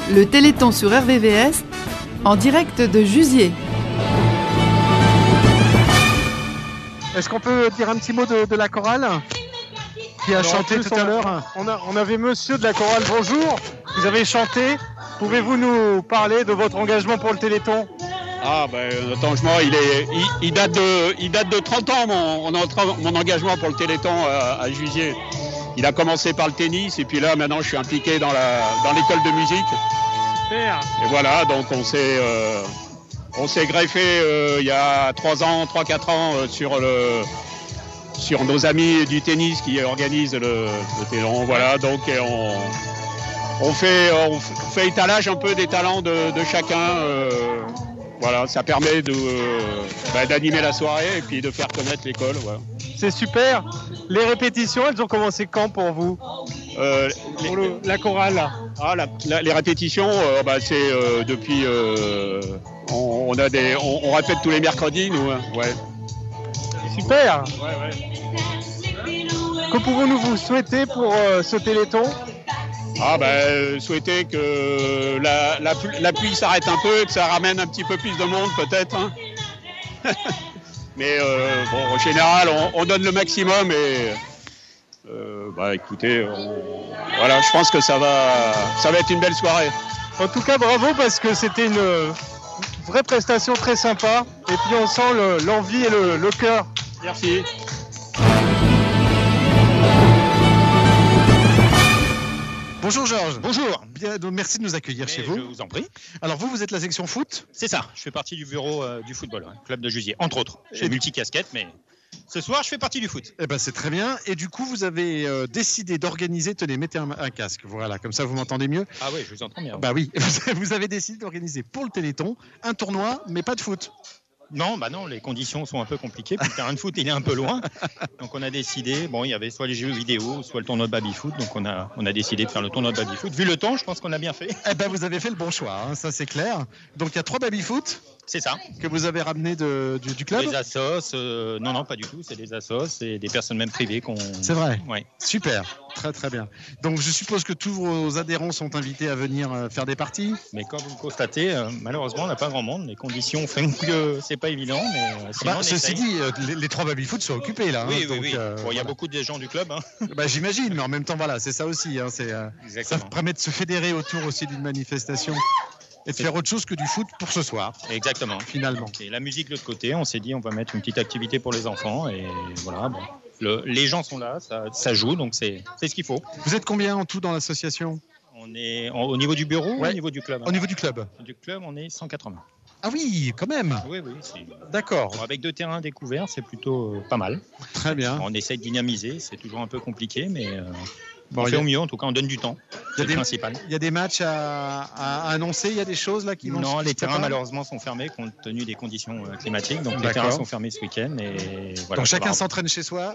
Le Téléthon sur RVVS, en direct de Jusier. Est-ce qu'on peut dire un petit mot de la chorale qui a chanté tout à l'heure? On avait monsieur de la chorale, bonjour. Vous avez chanté. Pouvez-vous nous parler de votre engagement pour le Téléthon? Ah ben notre engagement il date de 30 ans mon engagement pour le Téléthon à Jusier. Il a commencé par le tennis et puis là maintenant je suis impliqué dans l'école de musique. Super. Et voilà, donc on s'est greffé il y a 3-4 ans sur nos amis du tennis qui organisent le Téléthon. Voilà, donc on fait étalage un peu des talents de chacun. Voilà, ça permet d'animer la soirée et puis de faire connaître l'école. Voilà. C'est super. Les répétitions, elles ont commencé quand pour vous? Pour la chorale. Ah, les répétitions, c'est depuis. On répète tous les mercredis, nous. Hein. Ouais. Super. Ouais. Que pouvons-nous vous souhaiter pour ce Téléthon? Souhaiter que la pluie s'arrête un peu, que ça ramène un petit peu plus de monde peut-être. Hein. Mais en général, on donne le maximum et écoutez, voilà, je pense que ça va être une belle soirée. En tout cas, bravo parce que c'était une vraie prestation très sympa et puis on sent l'envie et le cœur. Merci. Bonjour Georges. Bonjour. Bien, donc merci de nous accueillir chez vous. Je vous en prie. Alors vous êtes la section foot? C'est ça, je fais partie du bureau du football, club de Jusier, entre autres. J'ai multicasquette, mais ce soir je fais partie du foot. Eh ben c'est très bien. Et du coup vous avez décidé d'organiser, tenez, mettez un casque, voilà, comme ça vous m'entendez mieux. Ah oui, je vous entends bien. Bah oui, vous avez décidé d'organiser pour le Téléthon un tournoi, mais pas de foot. Non, les conditions sont un peu compliquées. Puis le terrain de foot, il est un peu loin. Donc on a décidé, il y avait soit les jeux vidéo, soit le tournoi de baby-foot. Donc on a décidé de faire le tournoi de baby-foot. Vu le temps, je pense qu'on a bien fait. Eh ben vous avez fait le bon choix, hein, ça c'est clair. Donc il y a 3 baby-foot. C'est ça. Que vous avez ramené du club? Des assos, non, pas du tout. C'est des assos et des personnes même privées qu'on... C'est vrai. Ouais. Super, très très bien. Donc je suppose que tous vos adhérents sont invités à venir faire des parties. Mais comme vous le constatez, malheureusement, on n'a pas grand monde. Les conditions font que c'est pas évident. Mais sinon, ceci dit, les 3 baby-foot sont occupés là. Oui, hein, oui. Donc, il y a beaucoup de gens du club. Hein. J'imagine, mais en même temps, voilà, c'est ça aussi. Hein, ça permet de se fédérer autour aussi d'une manifestation. Et de faire autre chose que du foot pour ce soir. Exactement. Finalement. Et la musique de l'autre côté, on s'est dit on va mettre une petite activité pour les enfants. Et voilà, les gens sont là, ça joue, donc c'est ce qu'il faut. Vous êtes combien en tout dans l'association? On est au niveau du bureau ou au niveau du club? Au niveau du club. Du club, on est 180. Ah oui, quand même. Oui. D'accord. Avec 2 terrains découverts, c'est plutôt pas mal. Très bien. On essaie de dynamiser, c'est toujours un peu compliqué, mais... on fait au mieux, en tout cas, on donne du temps. C'est le principal. Il y a des matchs à annoncer, il y a des choses là qui vont... Non, les terrains malheureusement sont fermés compte tenu des conditions climatiques. Donc les terrains sont fermés ce week-end. Et voilà, donc chacun s'entraîne chez soi.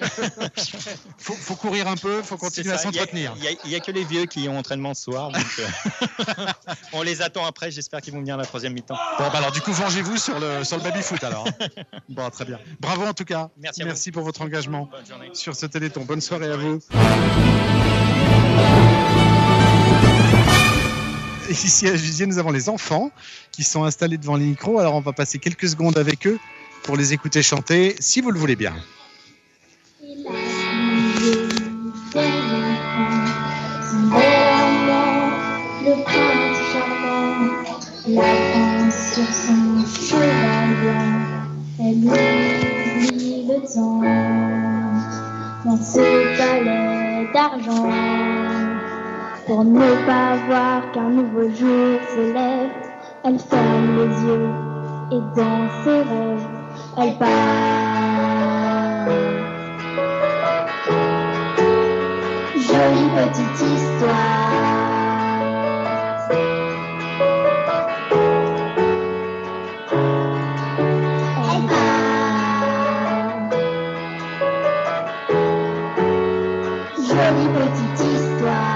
faut courir un peu, faut continuer à s'entretenir. Il n'y a que les vieux qui ont entraînement ce soir. Donc, on les attend après, j'espère qu'ils vont venir à la 3e mi-temps. Bon, alors du coup, vengez-vous sur le baby-foot alors. Bon, très bien. Bravo en tout cas. Merci pour votre engagement sur ce Téléthon. Bonne soirée à vous. Ici à Jusier, nous avons les enfants qui sont installés devant les micros. Alors on va passer quelques secondes avec eux pour les écouter chanter, si vous le voulez bien. Le prince charmant, la France sur son cheval blanc, elle oublie le temps dans ce palais d'argent. Pour ne pas voir qu'un nouveau jour se lève, elle ferme les yeux et dans ses rêves, elle part. Jolie petite histoire. Elle part. Jolie petite histoire.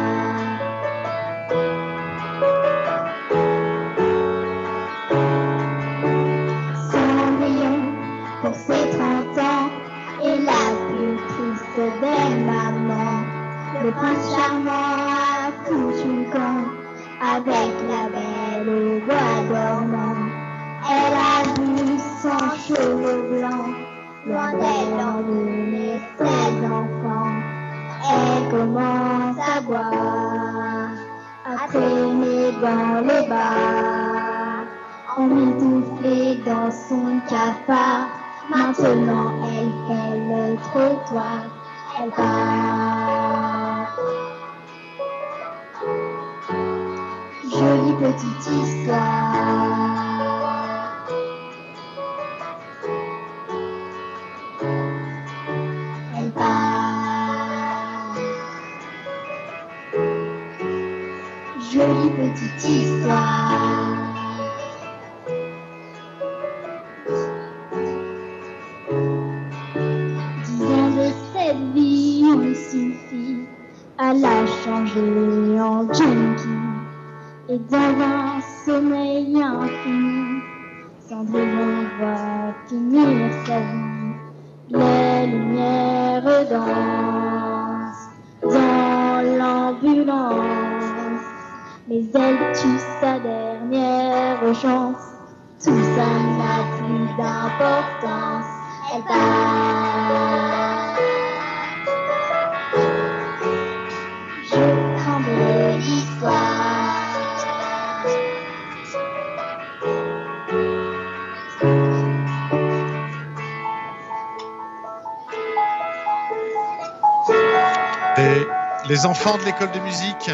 Pour ses 30 ans et la plus triste des mamans. Le prince charmant accouche une camp avec la belle au bois dormant. Elle a vu son cheveu blanc, loin d'elle emmener ses enfants. Elle commence à boire, à traîner dans les bars, emmitouflée dans son cafard. Maintenant elle fait le trottoir, elle part. Jolie petite histoire. Elle part. Jolie petite histoire. 10 ans de cette vie ont suffi à la changer en junkie. Et dans un sommeil infini, Cendrillon va finir sa vie. Les lumières dansent dans l'ambulance, mais elle tue sa dernière chance. Tout ça n'a plus d'importance, elle part. Je tremble l'histoire. Les enfants de l'école de musique.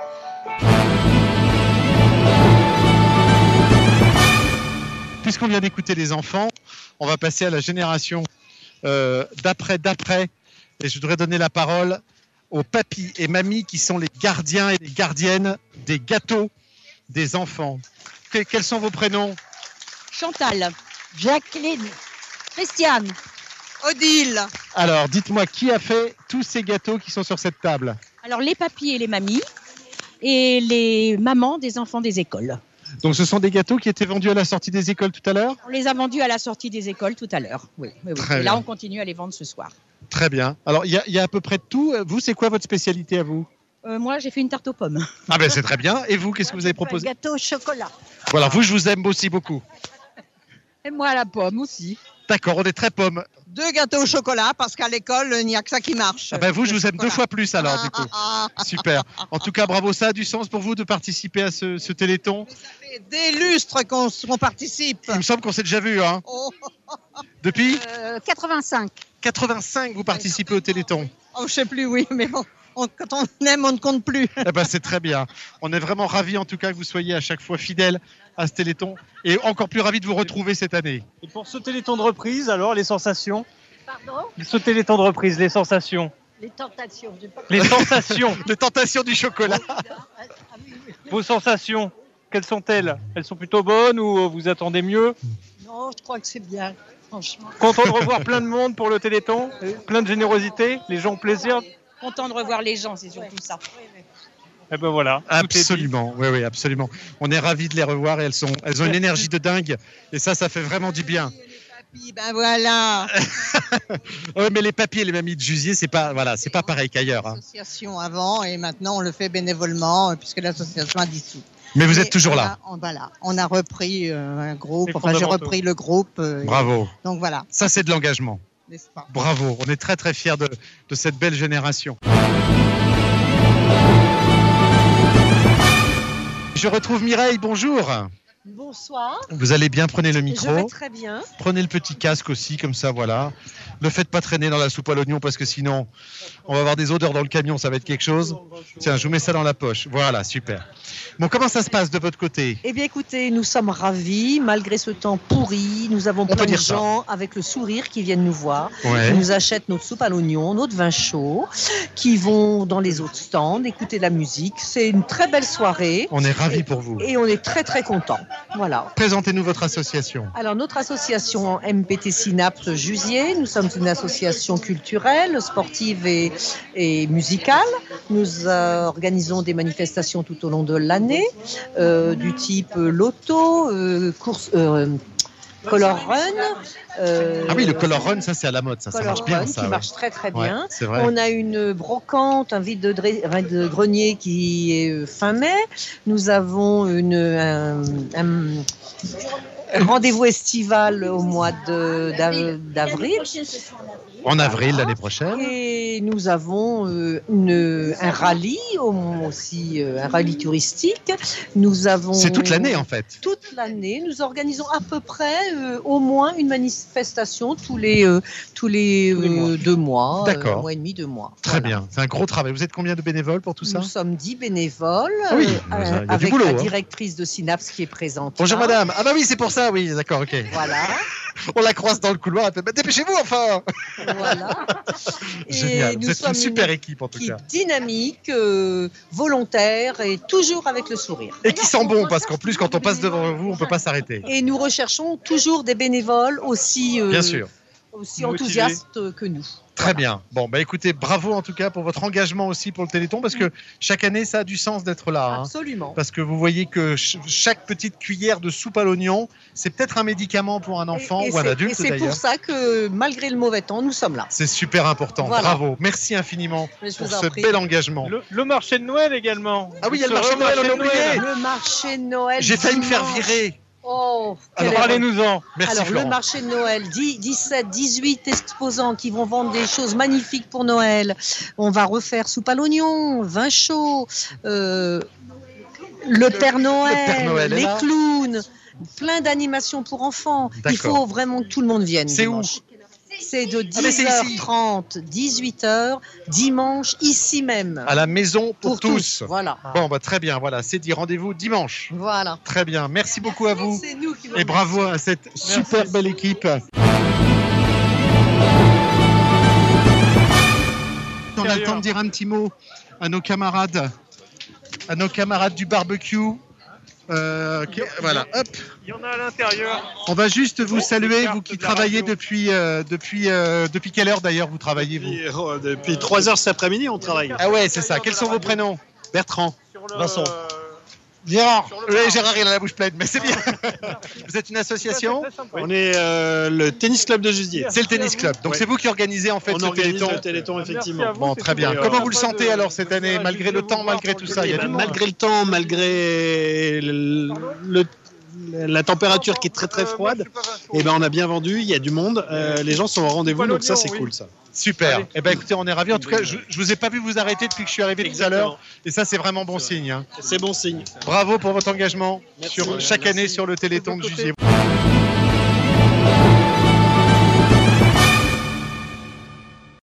Puisqu'on vient d'écouter les enfants, on va passer à la génération d'après. Et je voudrais donner la parole aux papis et mamies qui sont les gardiens et les gardiennes des gâteaux des enfants. Quels sont vos prénoms? Chantal, Jacqueline, Christiane, Odile. Alors, dites-moi, qui a fait tous ces gâteaux qui sont sur cette table? Alors, les papis et les mamies et les mamans des enfants des écoles. Donc, ce sont des gâteaux qui étaient vendus à la sortie des écoles tout à l'heure? On les a vendus à la sortie des écoles tout à l'heure. Oui. Et là, on continue à les vendre ce soir. Très bien. Alors, il y a à peu près de tout. Vous, c'est quoi votre spécialité à vous? Moi, j'ai fait une tarte aux pommes. Ah ben, c'est très bien. Et vous, qu'est-ce que vous avez proposé? Un gâteau au chocolat. Voilà, vous, je vous aime aussi beaucoup. Et moi, la pomme aussi. D'accord, on est très pommes. 2 gâteaux au chocolat, parce qu'à l'école, il n'y a que ça qui marche. Ah ben vous, je vous aime 2 fois plus alors, du coup. Super. En tout cas, bravo, ça a du sens pour vous de participer à ce téléthon? Ça fait des lustres qu'on participe. Il me semble qu'on s'est déjà vu, hein? Depuis 85. 85, vous participez au téléthon? Oh, je sais plus, oui, mais bon. Quand on aime, on ne compte plus. Eh ben, c'est très bien. On est vraiment ravis, en tout cas, que vous soyez à chaque fois fidèles à ce téléthon. Et encore plus ravis de vous retrouver cette année. Et pour ce téléthon de reprise, alors, les sensations? Pardon? Ce téléthon de reprise, les sensations? Les tentations. Les sensations. Les tentations du chocolat. Vos sensations, quelles sont-elles? Elles sont plutôt bonnes ou vous attendez mieux? Non, je crois que c'est bien, franchement. Content de revoir plein de monde pour le téléthon? Plein de générosité? Les gens ont plaisir? Content de revoir les gens, c'est surtout ça. Eh ben voilà. Absolument, oui, absolument. On est ravis de les revoir et elles ont une énergie de dingue. Et ça fait vraiment du bien. Ben voilà. Oui, mais les papis et les mamies de Jusier, c'est pas pareil qu'ailleurs. Hein. Association avant et maintenant on le fait bénévolement puisque l'association a dissous. Mais vous êtes toujours là. On a repris un groupe. Enfin, j'ai repris le groupe. Bravo. Donc voilà. Ça, c'est de l'engagement. N'est-ce pas? Bravo. On est très très fiers de cette belle génération. Je retrouve Mireille. Bonjour. Bonsoir. Vous allez bien, prenez le micro. Je vais très bien. Prenez le petit casque aussi, comme ça, voilà. Ne faites pas traîner dans la soupe à l'oignon parce que sinon, on va avoir des odeurs dans le camion, ça va être quelque chose. Tiens, je vous mets ça dans la poche. Voilà, super. Bon, comment ça se passe de votre côté? Eh bien, écoutez, nous sommes ravis, malgré ce temps pourri. Nous avons plein de gens avec le sourire qui viennent nous voir, qui nous achètent notre soupe à l'oignon, notre vin chaud, qui vont dans les autres stands écouter la musique. C'est une très belle soirée. On est ravis pour vous. Et on est très, très contents. Voilà. Présentez-nous votre association. Alors, notre association MPT Synapse Jusier, nous sommes une association culturelle, sportive et musicale. Nous organisons des manifestations tout au long de l'année, du type loto, course, Color Run. Ah oui, le Color Run, ça c'est à la mode, ça marche bien. Ça, qui marche très très ouais, bien. c'est vrai. On a une brocante, un vide de grenier qui est fin mai. Nous avons un rendez-vous estival au mois d'avril. En avril l'année prochaine. Et nous avons un rallye aussi, un rallye touristique. Nous avons. C'est toute l'année en fait. Toute l'année, nous organisons à peu près au moins une manifestation tous les 2 mois. D'accord. 1 mois et demi, 2 mois. Très bien. C'est un gros travail. Vous êtes combien de bénévoles pour tout ça? Nous sommes 10 bénévoles. Oui, il y a avec du boulot, la hein. directrice de Synapse qui est présente. Bonjour là. madame. Ah bah oui, c'est pour ça, oui, d'accord, ok. Voilà. On la croise dans le couloir, elle fait bah, dépêchez-vous enfin. Voilà. Génial. nous Vous êtes une sommes super équipe en tout cas. dynamique, volontaire et toujours avec le sourire. Et qui sent bon parce qu'en plus quand on passe devant vous, on peut pas s'arrêter. Et nous recherchons toujours des bénévoles aussi, Bien sûr. aussi enthousiastes que nous. Très bien. Bon, bah écoutez, bravo en tout cas pour votre engagement aussi pour le Téléthon parce que chaque année, ça a du sens d'être là. Hein. Absolument. Parce que vous voyez que chaque petite cuillère de soupe à l'oignon, c'est peut-être un médicament pour un enfant ou un adulte Et c'est d'ailleurs. pour ça que malgré le mauvais temps, nous sommes là. C'est super important. Voilà. Bravo. Merci infiniment Mais je pour vous en ce prie. bel engagement. Le marché de Noël également. Ah oui, il y a le marché de Noël, on a oublié. Le marché de Noël. J'ai failli me faire dimanche. virer. Oh, Alors, parlez-nous-en. Merci Alors, Florent. le marché de Noël, 17, 18 exposants qui vont vendre des choses magnifiques pour Noël. On va refaire soupe à l'oignon, vin chaud, le Père Noël, est les là. clowns, plein d'animations pour enfants. Il D'accord. faut vraiment que tout le monde vienne. C'est où? dimanche. C'est de Ah, mais c'est ici. 10h30, 18h, dimanche, ici même. À la maison pour tous. Voilà. Bon, bah très bien. Voilà, c'est dit. Rendez-vous dimanche. Voilà. Très bien. Merci beaucoup à vous. C'est nous qui Et bravo à cette super belle équipe. On a le temps de dire un petit mot à nos camarades du barbecue. Voilà, hop. Il y en a à l'intérieur. On va juste vous saluer, vous qui travaillez depuis quelle heure d'ailleurs vous travaillez vous? Depuis 3 heures cet après-midi, on travaille. Ah ouais, c'est ça. Quels sont vos prénoms? Bertrand. Vincent. Gérard. Oui, Gérard, il a la bouche pleine, mais c'est bien. Vous êtes une association? On est le tennis club de Jusier. C'est le tennis club. Donc Ouais. c'est vous qui organisez en fait On ce organise Téléthon. le Téléthon, effectivement. Bon, très bien. Et, Comment vous le sentez alors cette année, malgré le temps, malgré tout ça? Il y a du monde. Malgré le temps, malgré la température qui est très très froide, et ben on a bien vendu, il y a du monde, les gens sont au rendez-vous, donc ça c'est cool ça. Super. Eh ben écoutez, on est ravis. En tout cas, je vous ai pas vu vous arrêter depuis que je suis arrivé tout à l'heure, et ça c'est vraiment bon signe. Hein. C'est bon signe. Bravo pour votre engagement Merci. chaque année sur le Téléthon de Jusier.